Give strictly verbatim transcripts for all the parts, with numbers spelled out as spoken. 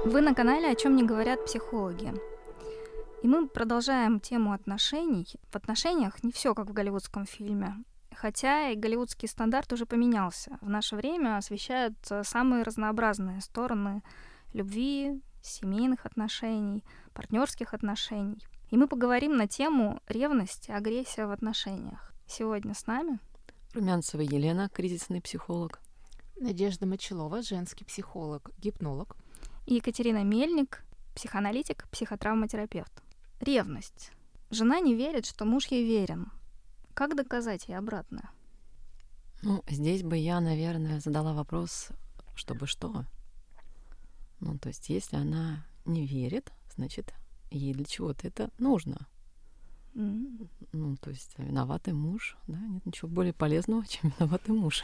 Вы на канале «О чем не говорят психологи». И мы продолжаем тему отношений. В отношениях не все как в голливудском фильме. Хотя и голливудский стандарт уже поменялся. В наше время освещают самые разнообразные стороны любви, семейных отношений, партнерских отношений. И мы поговорим на тему ревность и агрессия в отношениях. Сегодня с нами Румянцева Елена, кризисный психолог. Надежда Мочелова, женский психолог, гипнолог. И Екатерина Мельник, психоаналитик, психотравматерапевт. Ревность. Жена не верит, что муж ей верен. Как доказать ей обратное? Ну, здесь бы я, наверное, задала вопрос, чтобы что? Ну, то есть, если она не верит, значит, ей для чего-то это нужно. Mm-hmm. Ну, то есть, виноватый муж, да, нет ничего более полезного, чем виноватый муж.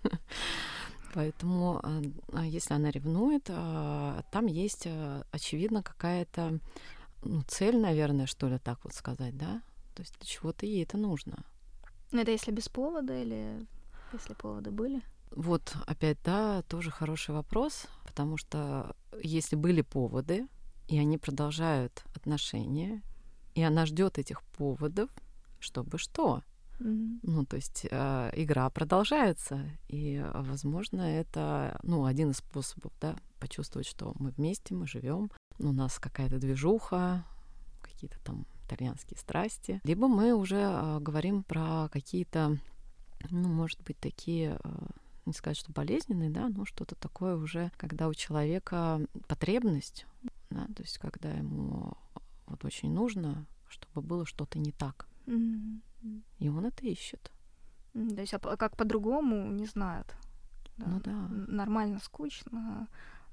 Поэтому, если она ревнует, там есть, очевидно, какая-то ну, цель, наверное, что ли, так вот сказать, да? То есть для чего-то ей это нужно. Это если без повода или если поводы были? Вот опять, да, тоже хороший вопрос, потому что если были поводы, и они продолжают отношения, и она ждет этих поводов, чтобы что? Mm-hmm. Ну, то есть э, игра продолжается, и, возможно, это, ну, один из способов, да, почувствовать, что мы вместе, мы живем, у нас какая-то движуха, какие-то там итальянские страсти. Либо мы уже э, говорим про какие-то, ну, может быть, такие, э, не сказать, что болезненные, да, но что-то такое уже, когда у человека потребность, да, то есть когда ему вот очень нужно, чтобы было что-то не так. Mm-hmm. И он это ищет. То есть, а как по-другому, не знают. Да. Ну да. Нормально, скучно,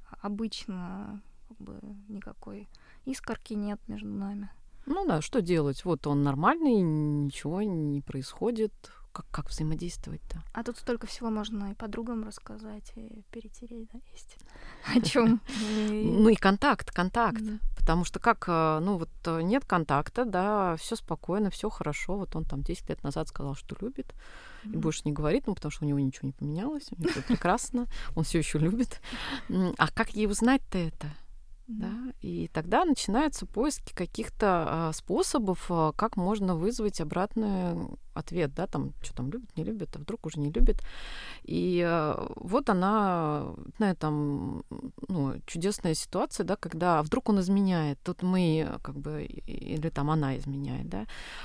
обычно как бы никакой искорки нет между нами. Ну да, что делать? Вот он нормальный, ничего не происходит. Как, как взаимодействовать-то? А тут столько всего можно и подругам рассказать, и перетереть, да, есть. О чем? Ну и контакт, контакт. Потому что как, ну вот нет контакта, да, все спокойно, все хорошо. Вот он там десять лет назад сказал, что любит, и больше не говорит, ну потому что у него ничего не поменялось, у него все прекрасно, он все еще любит. А как ей узнать-то это? Да? И тогда начинаются поиски каких-то а, способов, а, как можно вызвать обратный ответ, да, там, что там любит, не любит, а вдруг уже не любит. И а, вот она, на этом, ну, чудесная ситуация, да, когда вдруг он изменяет, тут мы, как бы, или там она изменяет, да,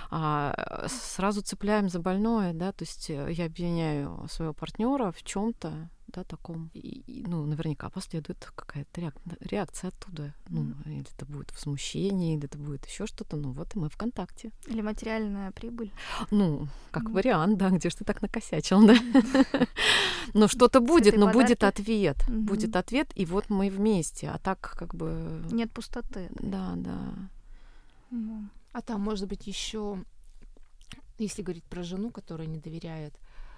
а сразу цепляем за больное, да, то есть я обвиняю своего партнера в чем-то, да, таком. И, и, ну, наверняка последует какая-то реак- реакция оттуда. Ну, mm-hmm. или это будет возмущение, или это будет еще что-то. Ну, вот и мы в контакте. Или материальная прибыль. Ну, как mm-hmm. вариант, да, где ж ты так накосячил, да. Но что-то будет, но будет ответ. Будет ответ, и вот мы вместе. А так как бы... Нет пустоты. Да, да. А там, может быть, еще, если говорить про жену, которая не доверяет,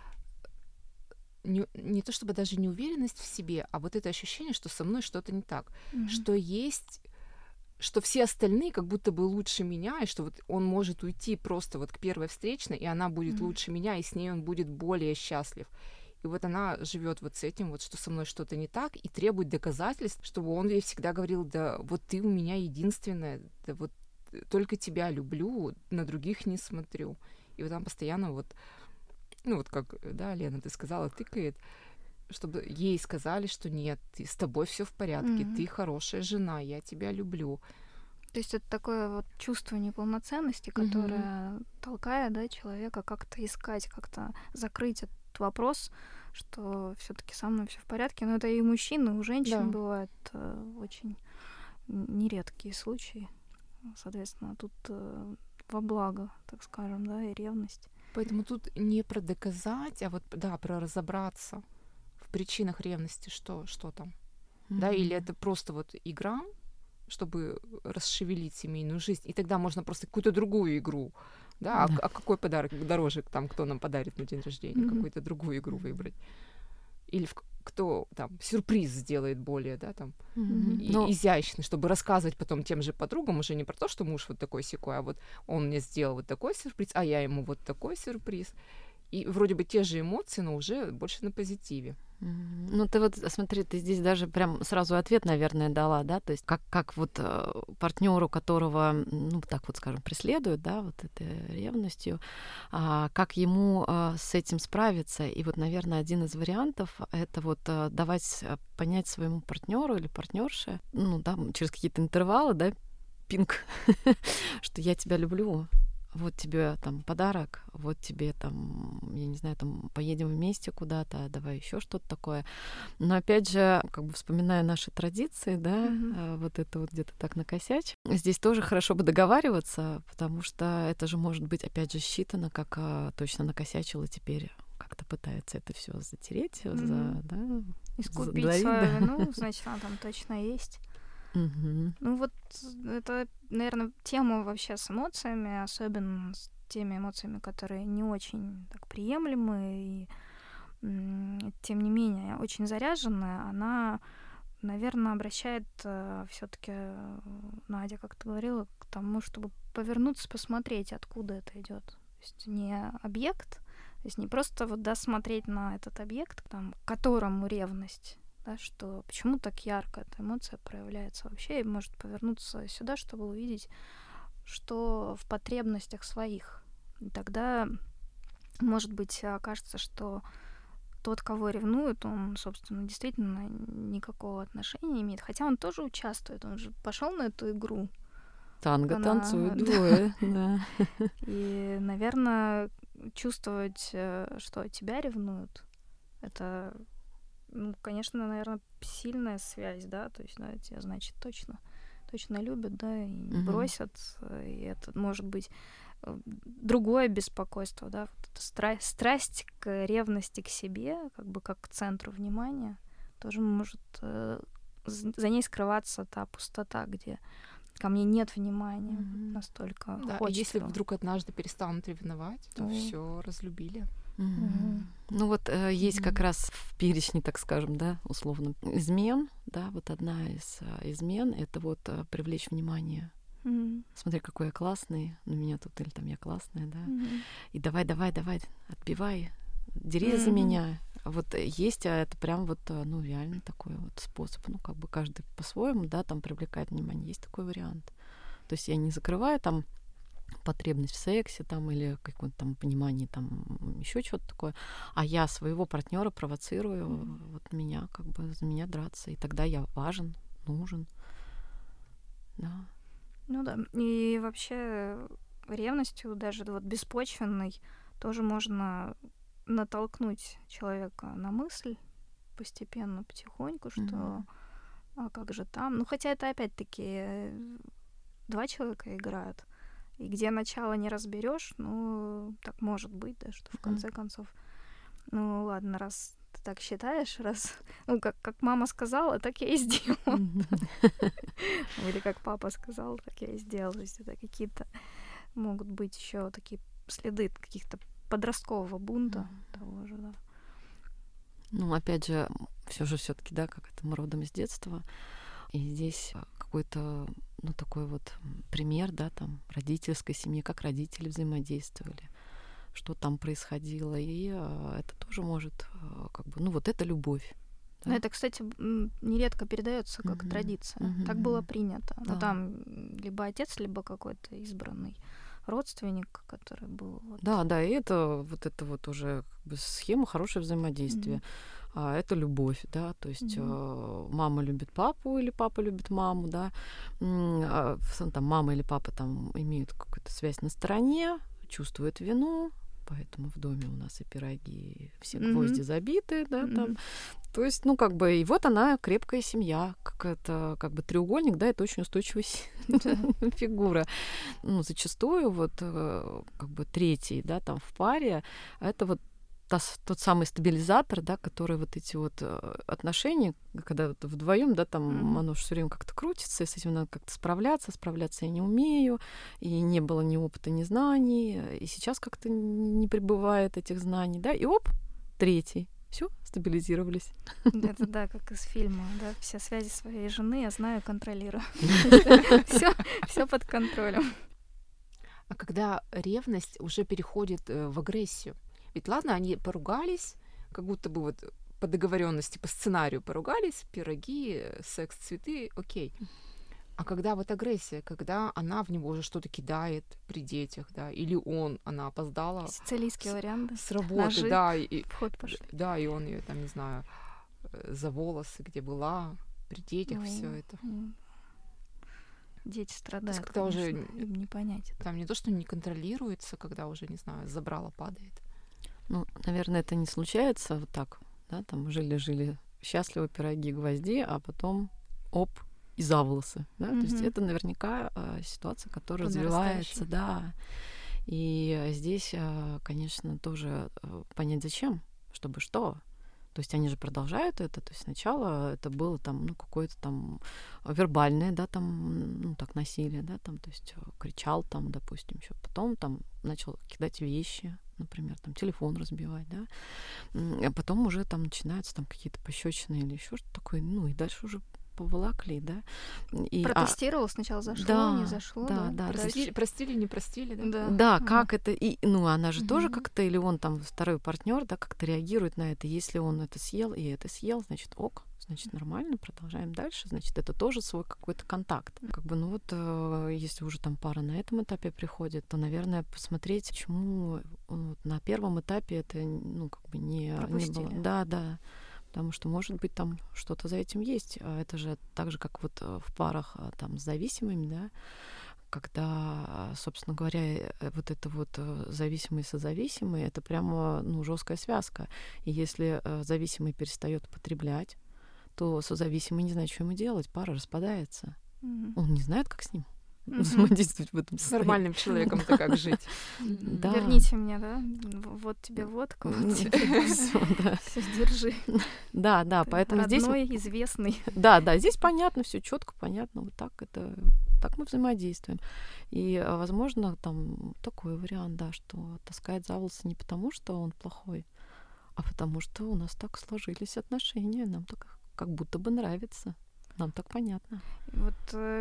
Не, не то чтобы даже неуверенность в себе, а вот это ощущение, что со мной что-то не так, mm-hmm. что есть, что все остальные как будто бы лучше меня, и что вот он может уйти просто вот к первой встречной, и она будет mm-hmm. лучше меня, и с ней он будет более счастлив. И вот она живет вот с этим, вот что со мной что-то не так, и требует доказательств, чтобы он ей всегда говорил, да вот ты у меня единственная, да вот только тебя люблю, на других не смотрю. И вот она постоянно вот ну вот как, да, Лена, ты сказала, тыкает, чтобы ей сказали, что нет, ты, с тобой все в порядке, mm-hmm. ты хорошая жена, я тебя люблю. То есть это такое вот чувство неполноценности, которое mm-hmm. толкает, да, человека как-то искать, как-то закрыть этот вопрос, что все-таки со мной все в порядке. Но это и у мужчин, и у женщин да. бывают э, очень нередкие случаи. Соответственно, тут э, во благо, так скажем, да, и ревность. Поэтому тут не про доказать, а вот, да, про разобраться в причинах ревности, что, что там. Mm-hmm. Да, или это просто вот игра, чтобы расшевелить семейную жизнь, и тогда можно просто какую-то другую игру, да, mm-hmm. а, а какой подарок дороже, там, кто нам подарит на день рождения, mm-hmm. какую-то другую игру выбрать. Или в, кто там сюрприз сделает более, да, там, mm-hmm. и, Но... изящный, чтобы рассказывать потом тем же подругам уже не про то, что муж вот такой-сякой, а вот он мне сделал вот такой сюрприз, а я ему вот такой сюрприз. И вроде бы те же эмоции, но уже больше на позитиве. Mm-hmm. Ну, ты вот, смотри, ты здесь даже прям сразу ответ, наверное, дала, да, то есть как, как вот э, партнеру, которого, ну, так вот, скажем, преследуют, да, вот этой ревностью, а, как ему а, с этим справиться. И вот, наверное, один из вариантов — это вот а, давать понять своему партнеру или партнерше, ну, да, через какие-то интервалы, да, пинг, что я тебя люблю. Вот тебе там подарок, вот тебе там, я не знаю, там поедем вместе куда-то, давай еще что-то такое. Но опять же, как бы вспоминая наши традиции, да, mm-hmm. вот это вот где-то так накосячь, здесь тоже хорошо бы договариваться, потому что это же может быть, опять же, считано, как а, точно накосячил, и теперь как-то пытается это все затереть, mm-hmm. за, да, искупить задавить, свою да. вину, значит, она там точно есть. Угу. Ну вот это, наверное, тема вообще с эмоциями, особенно с теми эмоциями, которые не очень так приемлемы и, м- тем не менее, очень заряженная, она, наверное, обращает э, все-таки, Надя, как ты говорила, к тому, чтобы повернуться, посмотреть, откуда это идет. То есть не объект, то есть не просто вот, да, смотреть на этот объект, там, к которому ревность, да, что почему так ярко эта эмоция проявляется вообще, и может повернуться сюда, чтобы увидеть, что в потребностях своих. И тогда, может быть, окажется, что тот, кого ревнует, он, собственно, действительно никакого отношения не имеет. Хотя он тоже участвует, он же пошел на эту игру. Танго Она... танцуют двое, да. И, наверное, чувствовать, что тебя ревнуют, это... Ну, конечно, наверное, сильная связь, да, то есть, да, тебя, значит, точно, точно любят, да, и не uh-huh. бросят, и это может быть другое беспокойство, да, вот эта стра- страсть к ревности к себе, как бы как к центру внимания, тоже может э, за ней скрываться та пустота, где ко мне нет внимания, uh-huh. настолько да, хочется. Если вдруг однажды перестанут ревновать, то uh-huh. все разлюбили. Mm-hmm. Mm-hmm. Ну вот э, есть mm-hmm. как раз в перечне, так скажем, да, условно, измен, да, вот одна из э, измен — это вот э, привлечь внимание. Mm-hmm. Смотри, какой я классный, на меня тут, или там я классная, да, mm-hmm. и давай, давай, давай, отбивай, дерись mm-hmm. за меня. Вот есть, а это прям вот, ну, реально такой вот способ, ну, как бы каждый по-своему, да, там привлекает внимание, есть такой вариант. То есть я не закрываю там потребность в сексе там или какое-то там понимание там еще что-то такое, а я своего партнера провоцирую mm-hmm. вот меня как бы за меня драться, и тогда я важен, нужен, да. Ну да, и вообще ревностью даже вот беспочвенной тоже можно натолкнуть человека на мысль постепенно, потихоньку, что mm-hmm. а как же там, ну хотя это опять-таки два человека играют. И где начало не разберешь, ну, так может быть, да, что в конце концов, ну, ладно, раз ты так считаешь, раз, ну, как, как мама сказала, так я и сделала. Или как папа сказал, так я и сделала. То есть это какие-то могут быть еще такие следы каких-то подросткового бунта того же, да. Ну, опять же, все же все-таки, да, как это мы родом из детства. И здесь какой-то, ну, такой вот пример, да, там, родительской семьи, как родители взаимодействовали, что там происходило. И а, это тоже может, а, как бы, ну, вот это любовь. Да? Это, кстати, нередко передается как uh-huh. традиция. Uh-huh. Так было принято. Да. Ну, там либо отец, либо какой-то избранный родственник, который был... Вот... Да, да, и это вот это вот уже как бы схема хорошего взаимодействия. Mm-hmm. А, это любовь, да, то есть mm-hmm. э, мама любит папу или папа любит маму, да, а, там мама или папа там имеют какую-то связь на стороне, чувствуют вину, поэтому в доме у нас и пироги, и все mm-hmm. гвозди забиты, да, mm-hmm. там. То есть, ну, как бы, и вот она крепкая семья, как это, как бы треугольник, да, это очень устойчивая фигура. Ну, зачастую вот, как бы, третий, да, там в паре, это вот та, тот самый стабилизатор, да, который вот эти вот отношения, когда вот вдвоем, да, там mm-hmm. оно все время как-то крутится, и с этим надо как-то справляться, справляться я не умею, и не было ни опыта, ни знаний, и сейчас как-то не прибывает этих знаний, да, и оп, третий. Все, стабилизировались. Это да, как из фильма, да, все связи своей жены я знаю, контролирую. Все под контролем. А когда ревность уже переходит в агрессию, Ведь ладно, они поругались, как будто бы вот по договоренности, по сценарию поругались, пироги, секс, цветы, окей. А когда вот агрессия, когда она в него уже что-то кидает при детях, да, или он, она опоздала. Сицилийский с, вариант, да. С работы, Ножи да. И, в ход пошли. Да, и он ее там, не знаю, за волосы, где была, при детях, все это. Дети страдают, когда конечно, уже им не понять. Там не то, что не контролируется, когда уже, не знаю, забрало падает. Ну, наверное, это не случается вот так, да, там жили-жили счастливо, пироги, гвозди, а потом оп, и за волосы, да, mm-hmm. то есть это наверняка э, ситуация, которая развивается, да, и здесь, э, конечно, тоже э, понять зачем, чтобы что, то есть они же продолжают это, то есть сначала это было там, ну, какое-то там вербальное, да, там, ну, так, насилие, да, там, то есть кричал там, допустим, еще потом там начал кидать вещи, например, там телефон разбивать, да, а потом уже там начинаются там какие-то пощечины или еще что-то такое, ну, и дальше уже поволокли, да. И, Протестировал а, сначала, зашло, да, не зашло, да. да, да. Простили, простили, не простили, да. Да, да ага. Как это, и, ну, она же угу. тоже как-то, или он там, второй партнер, да, как-то реагирует на это. Если он это съел и это съел, значит, ок, значит, нормально, продолжаем дальше, значит, это тоже свой какой-то контакт. Как бы, ну вот, э, если уже там пара на этом этапе приходит, то, наверное, посмотреть, почему вот, на первом этапе это, ну, как бы не, не было. Да, да. Потому что, может быть, там что-то за этим есть. Это же так же, как вот в парах там с зависимыми, да, когда, собственно говоря, вот это вот зависимый созависимый, это прямо, ну, жесткая связка. И если зависимый перестает потреблять, то созависимый не знает, что ему делать, пара распадается. Mm-hmm. Он не знает, как с ним взаимодействовать в этом состоянии. С нормальным человеком-то как жить. Да. Верните мне, да? Вот тебе водка, вот тебе всё, да. Всё, держи. Да, да, поэтому здесь... Родной, известный. Да, да, здесь понятно, все четко, понятно, вот так это... Так мы взаимодействуем. И, возможно, там такой вариант, да, что таскает за волосы не потому, что он плохой, а потому что у нас так сложились отношения, нам так как будто бы нравится. Нам так понятно. Вот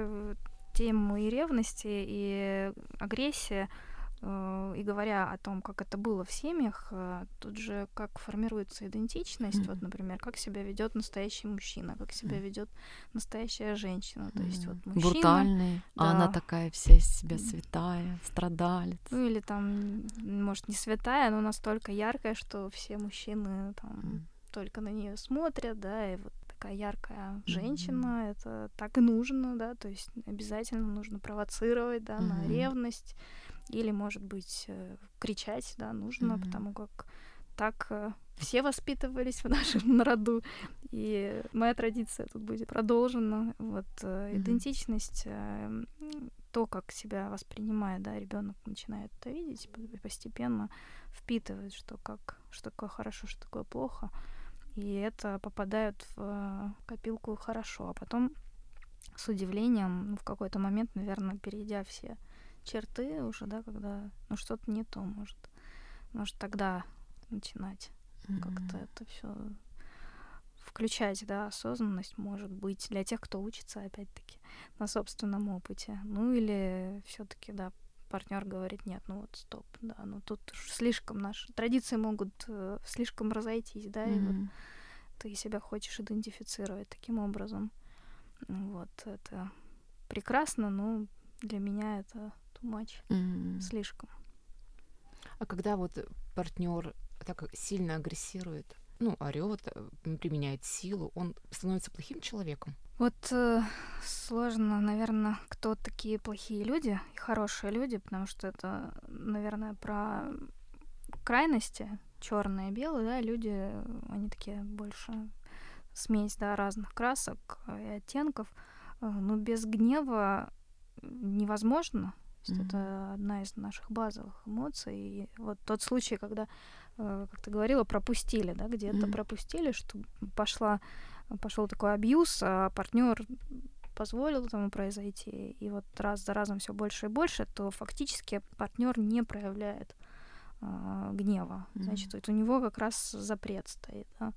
тему и ревности, и агрессии, э, и говоря о том, как это было в семьях, э, тут же как формируется идентичность, mm-hmm. вот, например, как себя ведет настоящий мужчина, как себя ведет настоящая женщина, то есть вот мужчина... Брутальный, да. а она такая вся из себя святая, страдалец. Ну или там, может, не святая, но настолько яркая, что все мужчины там mm-hmm. только на нее смотрят, да, и вот такая яркая женщина, mm-hmm. это так и нужно, да, то есть обязательно нужно провоцировать, да, mm-hmm. на ревность, или, может быть, э, кричать, да, нужно, mm-hmm. потому как так э, все воспитывались в нашем роду, и моя традиция тут будет продолжена, вот, э, mm-hmm. идентичность, э, то, как себя воспринимает, да, ребенок начинает это видеть, постепенно впитывает, что как, что такое хорошо, что такое плохо, и это попадает в копилку хорошо. А потом с удивлением, ну, в какой-то момент, наверное, перейдя все черты уже, да, когда ну, что-то не то, может, может тогда начинать mm-hmm. как-то это все включать, да, осознанность, может быть, для тех, кто учится, опять-таки, на собственном опыте. Ну или все-таки, да, партнер говорит, нет, ну вот стоп, да, ну тут слишком наши традиции могут э, слишком разойтись, да, mm-hmm. и вот ты себя хочешь идентифицировать таким образом. Вот, это прекрасно, но для меня это too much, mm-hmm. слишком. А когда вот партнер так сильно агрессирует, ну, орёт, применяет силу, он становится плохим человеком? Вот э, сложно, наверное, кто такие плохие люди и хорошие люди, потому что это, наверное, про крайности, черное и белое, да, люди, они такие больше смесь, да, разных красок и оттенков, но без гнева невозможно. То есть mm-hmm. это одна из наших базовых эмоций. И вот тот случай, когда, как ты говорила, пропустили, да, где-то mm-hmm. пропустили, что пошла, пошел такой абьюз, а партнер позволил этому произойти, и вот раз за разом все больше и больше, то фактически партнер не проявляет э, гнева. Mm-hmm. Значит, вот у него как раз запрет стоит, да.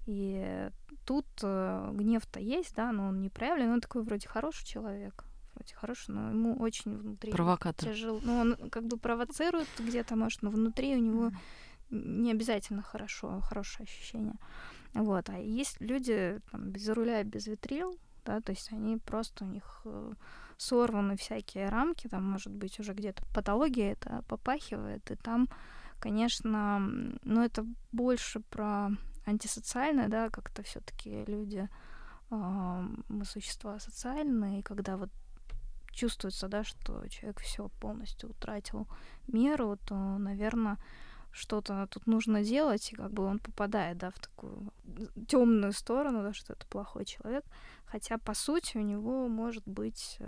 И тут э, гнев-то есть, да, но он не проявлен, он такой вроде хороший человек. Вроде хороший, но ему очень внутри провокатор. Тяжело. Ну, он как бы провоцирует где-то, может, но внутри у него не обязательно хорошо, хорошее ощущение. Вот. А есть люди там, без руля, без ветрил, да, то есть они просто, у них э, сорваны всякие рамки, там, может быть, уже где-то патология это попахивает, и там, конечно, ну, это больше про антисоциальное, да, как-то все-таки люди, э, мы существа социальные, и когда вот чувствуется, да, что человек все полностью утратил меру, то, наверное, что-то тут нужно делать, и как бы он попадает, да, в такую темную сторону, да, что это плохой человек. Хотя, по сути, у него, может быть,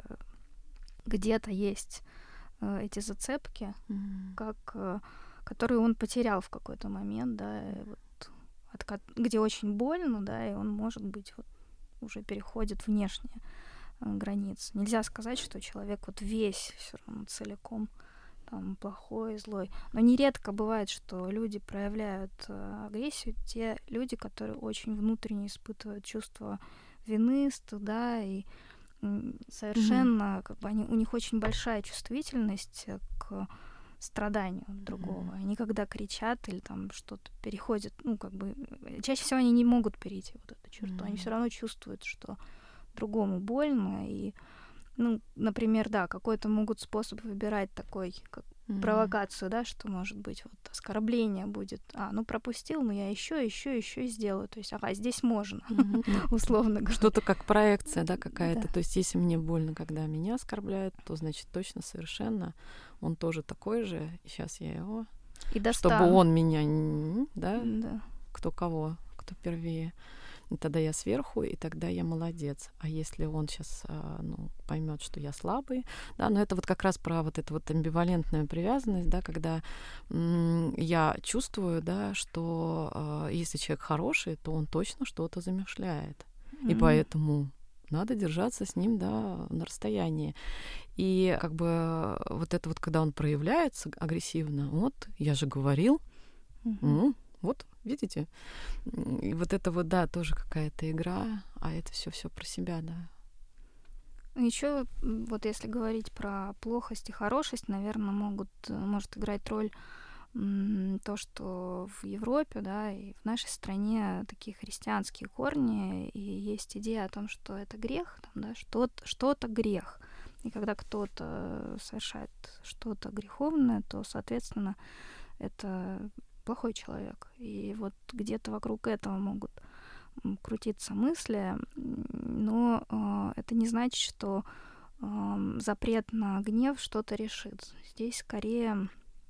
где-то есть э, эти зацепки, mm-hmm. как, э, которые он потерял в какой-то момент, да, и вот, от, где очень больно, да, и он, может быть, вот, уже переходит внешние э, границы. Нельзя сказать, что человек вот весь все равно целиком там, плохой, злой. Но нередко бывает, что люди проявляют э, агрессию, те люди, которые очень внутренне испытывают чувство вины, стыда, и м, совершенно, mm-hmm. как бы, они, у них очень большая чувствительность к страданию другого. Mm-hmm. Они когда кричат или там что-то переходят, ну, как бы, чаще всего они не могут перейти вот эту черту. Mm-hmm. Они все равно чувствуют, что другому больно, и ну, например, да, какой-то могут способ выбирать такой, как mm-hmm. провокацию, да, что может быть вот оскорбление будет. А, ну пропустил, но я еще, еще, еще сделаю. То есть, ага, здесь можно, mm-hmm. условно говоря. Что-то как проекция, да, какая-то. Да. То есть, если мне больно, когда меня оскорбляют, то значит точно совершенно он тоже такой же. И сейчас я его, и чтобы он меня, да, да, кто кого, кто первее. И тогда я сверху, и тогда я молодец. А если он сейчас ну, поймет, что я слабый, да, но это вот как раз про вот эту вот амбивалентную привязанность, да, когда м- я чувствую, да, что э, если человек хороший, то он точно что-то замышляет. Mm-hmm. И поэтому надо держаться с ним, да, на расстоянии. И как бы вот это вот, когда он проявляется агрессивно, вот, я же говорил, mm-hmm. м- вот, видите? И вот это вот, да, тоже какая-то игра, а это все все про себя, да. Еще вот если говорить про плохость и хорошесть, наверное, могут, может играть роль м, то, что в Европе, да, и в нашей стране такие христианские корни, и есть идея о том, что это грех, там, да, что-то, что-то грех. И когда кто-то совершает что-то греховное, то, соответственно, это плохой человек. И вот где-то вокруг этого могут крутиться мысли, но э, это не значит, что э, запрет на гнев что-то решит. Здесь скорее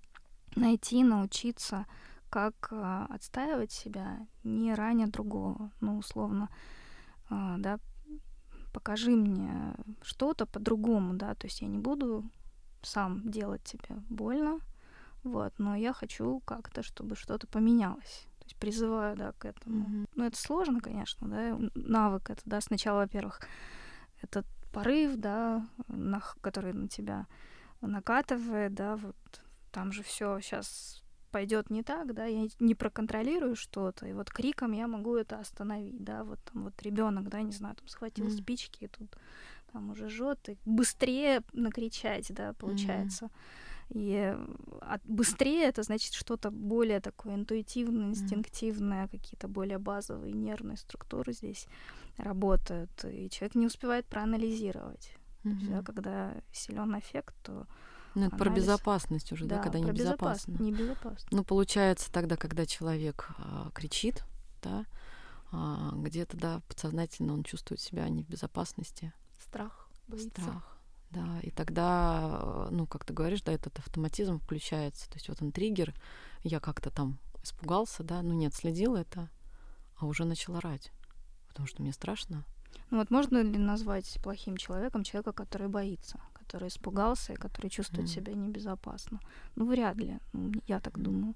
найти, научиться, как э, отстаивать себя, не раня другого. Ну, условно, э, да, покажи мне что-то по-другому, да, то есть я не буду сам делать тебе больно, вот, но я хочу как-то, чтобы что-то поменялось. То есть призываю, да, к этому. Mm-hmm. Ну, это сложно, конечно, да, навык это, да, сначала, во-первых, этот порыв, да, на, который на тебя накатывает, да, вот там же все сейчас пойдет не так, да, я не проконтролирую что-то, и вот криком я могу это остановить, да, вот там вот ребенок, да, не знаю, там схватил mm-hmm. спички, и тут там уже жжет, и быстрее накричать, да, получается. Mm-hmm. И от, быстрее это значит что-то более такое интуитивное, инстинктивное, mm. какие-то более базовые нервные структуры здесь работают, и человек не успевает проанализировать. Mm-hmm. То есть, да, когда силен аффект, то ну, это анализ... про безопасность уже, да, да когда небезопасно. Небезопасно. Ну, получается тогда, когда человек а, кричит, да, а, где-то, да, подсознательно он чувствует себя не в безопасности. Страх, боится. Страх. Да, и тогда, ну, как ты говоришь, да, этот автоматизм включается. То есть вот он триггер, я как-то там испугался, да, ну, не отследил это, а уже начал орать, потому что мне страшно. Ну вот можно ли назвать плохим человеком человека, который боится, который испугался и который чувствует mm. себя небезопасно? Ну, вряд ли, ну, я так mm. думаю.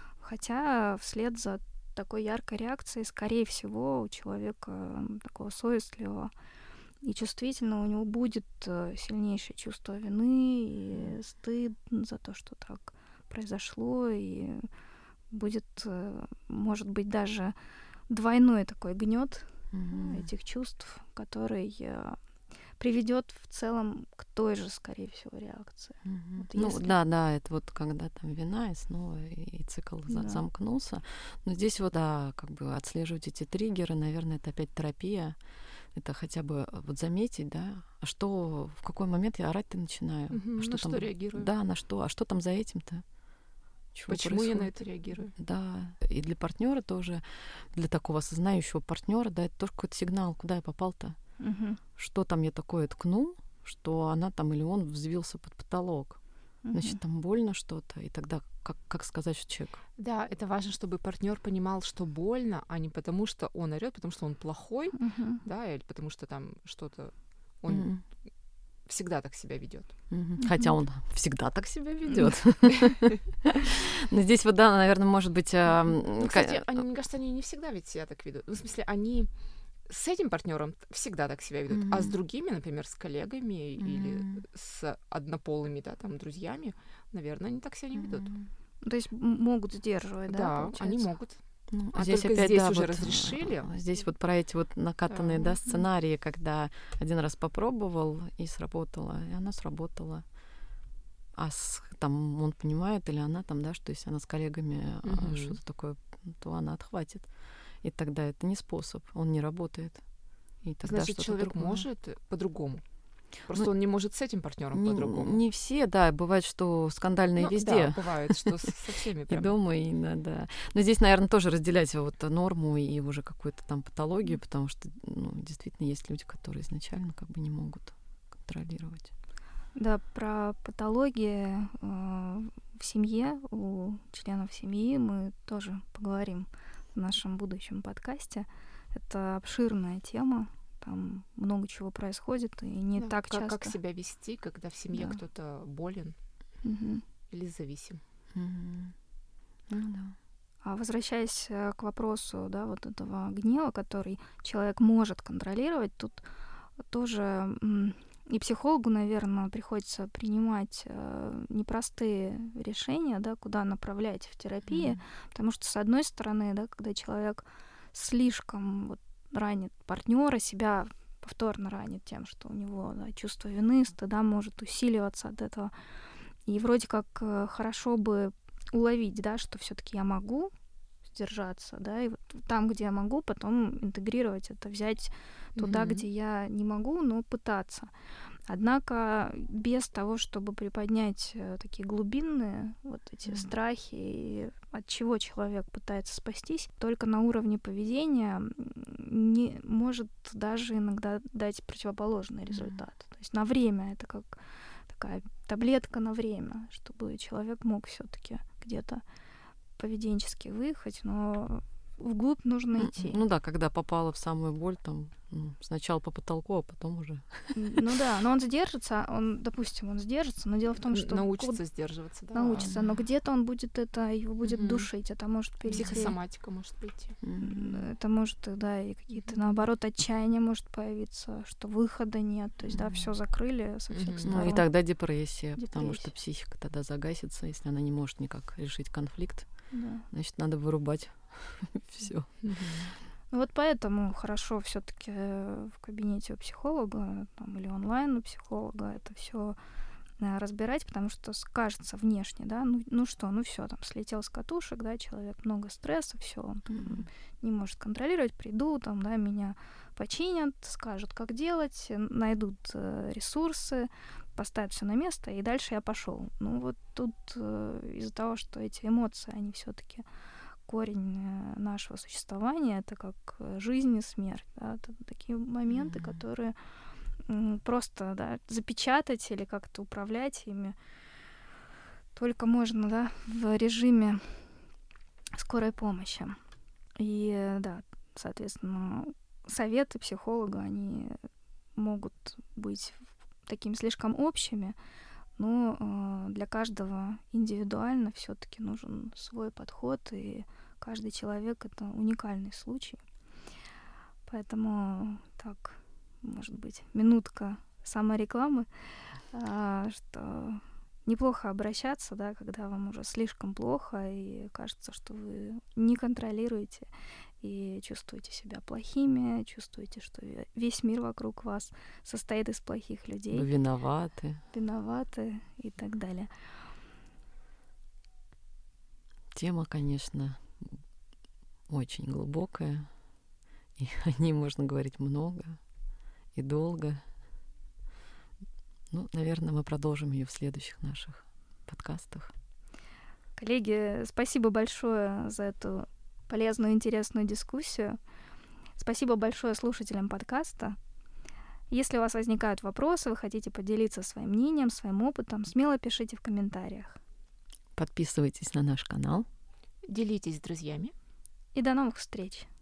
Хотя вслед за такой яркой реакцией, скорее всего, у человека такого совестливого и чувствительно у него будет сильнейшее чувство вины и стыд за то, что так произошло, и будет, может быть, даже двойной такой гнет mm-hmm. этих чувств, который приведет в целом к той же, скорее всего, реакции. Мгм. Вот Ну если- да, да, это вот когда там вина, и снова и цикл за- Да. замкнулся. Но здесь вот, да, как бы отслеживать эти триггеры, наверное, это опять терапия. Это хотя бы вот заметить, да, а что, в какой момент я орать-то начинаю. Мгм, А на там, что реагирую? Да, на что, а что там за этим-то? Чего Почему я на происходит? это реагирую? Да, и для партнера тоже, для такого осознающего партнера, да, это тоже какой-то сигнал, куда я попал-то, Мгм. что там я такое ткнул, что она там или он взвился под потолок. Значит, Мгм. там больно что-то, и тогда как, как сказать, что человек... Да, это важно, чтобы партнер понимал, что больно, а не потому, что он орет, потому что он плохой, Мгм. да, или потому что там что-то он Мгм. всегда так себя ведет. Мгм. Мгм. Хотя он всегда так себя ведет. Но здесь вот, да, наверное, может быть... а, м, Ну, ка- кстати, они, мне кажется, они не всегда ведь себя так ведут. Ну, в смысле, они с этим партнером всегда так себя ведут, а с Мгм. другими, например, с коллегами или Мгм. с однополыми, да, там, друзьями, наверное, они так себя не ведут. Мгм. То есть м- могут сдерживать, да, Да, они получается? могут. Ну, А здесь только опять, здесь да, уже вот, разрешили. а, здесь вот про эти вот накатанные, Да. да, сценарии, когда один раз попробовал и сработало, и она сработала. А с, там он понимает, или она там, да, что если она с коллегами а, Мгм. что-то такое, то она отхватит. И тогда это не способ, он не работает. И тогда Значит, что-то человек другое. может по-другому. Просто Ну, он не может с этим партнером Не, по-другому. не все, да, бывает, что скандальные Ну, везде. да, бывает, что с- со всеми И прям. дома, и да, да. Но здесь, наверное, тоже разделять вот норму и уже какую-то там патологию, потому что, ну, действительно, есть люди, которые изначально как бы не могут контролировать. Да, про патологии э, в семье, у членов семьи мы тоже поговорим в нашем будущем подкасте. Это обширная тема, там много чего происходит, и не Да, так как, часто. как себя вести, когда в семье Да. кто-то болен Мгм. или зависим. Мгм. Ну да. А возвращаясь э, к вопросу, да, вот этого гнева, который человек может контролировать, тут тоже м, и психологу, наверное, приходится принимать э, непростые решения, да, куда направлять в терапии, Мгм. потому что с одной стороны, да, когда человек слишком вот, ранит партнера, себя повторно ранит тем, что у него да, чувство вины, стыда может усиливаться от этого, и вроде как э, хорошо бы уловить, да, что все-таки я могу сдержаться, да, и вот там, где я могу, потом интегрировать это, взять туда, Мгм. где я не могу, но пытаться. Однако без того, чтобы приподнять э, такие глубинные вот эти Мгм. страхи, и от чего человек пытается спастись, только на уровне поведения м, не может даже иногда дать противоположный результат. То есть на время это как такая таблетка на время, чтобы человек мог все-таки где-то поведенчески выехать, но вглубь нужно М, идти. Ну да, когда попала в самую боль, там ну, сначала по потолку, а потом уже. Ну да, но он сдержится, он, допустим, он сдержится, но дело в том, Н- что Научиться сдерживаться, да. научится, но где-то он будет это, его будет Мгм. душить, это может перейти. Психосоматика может прийти. Мгм. Это может, да, и какие-то, Мгм. наоборот, отчаяние может появиться, что выхода нет, то есть, да, Мгм. все закрыли со всех Мгм. сторон. Ну и тогда депрессия, потому что Депрессия. психика тогда загасится, если она не может никак решить конфликт, Да. значит, надо вырубать все. Мгм. Ну вот поэтому хорошо все-таки в кабинете у психолога там, или онлайн у психолога это все разбирать, потому что кажется внешне, да, ну, ну что, ну все, там слетел с катушек, да, человек много стресса, все, он там не может контролировать, приду, там, да, меня починят, скажут, как делать, найдут э, ресурсы, поставят все на место, и дальше я пошел. Ну вот тут э, из-за того, что эти эмоции, они все-таки корень э, нашего существования, это как э, жизнь и смерть, да, это такие моменты, Мгм. которые м, просто, да, запечатать или как-то управлять ими только можно, да, в режиме скорой помощи. И, э, да, соответственно, советы психолога, они могут быть такими слишком общими, но э, для каждого индивидуально все-таки нужен свой подход, и каждый человек — это уникальный случай. Поэтому так, может быть, минутка саморекламы, а, что неплохо обращаться, да, когда вам уже слишком плохо и кажется, что вы не контролируете, и чувствуете себя плохими, чувствуете, что весь мир вокруг вас состоит из плохих людей. Вы виноваты. Виноваты и так далее. Тема, конечно, очень глубокая, и о ней можно говорить много и долго. Ну, наверное, мы продолжим ее в следующих наших подкастах. Коллеги, спасибо большое за эту полезную, интересную дискуссию. Спасибо большое слушателям подкаста. Если у вас возникают вопросы, вы хотите поделиться своим мнением, своим опытом, смело пишите в комментариях. Подписывайтесь на наш канал. Делитесь с друзьями. И до новых встреч!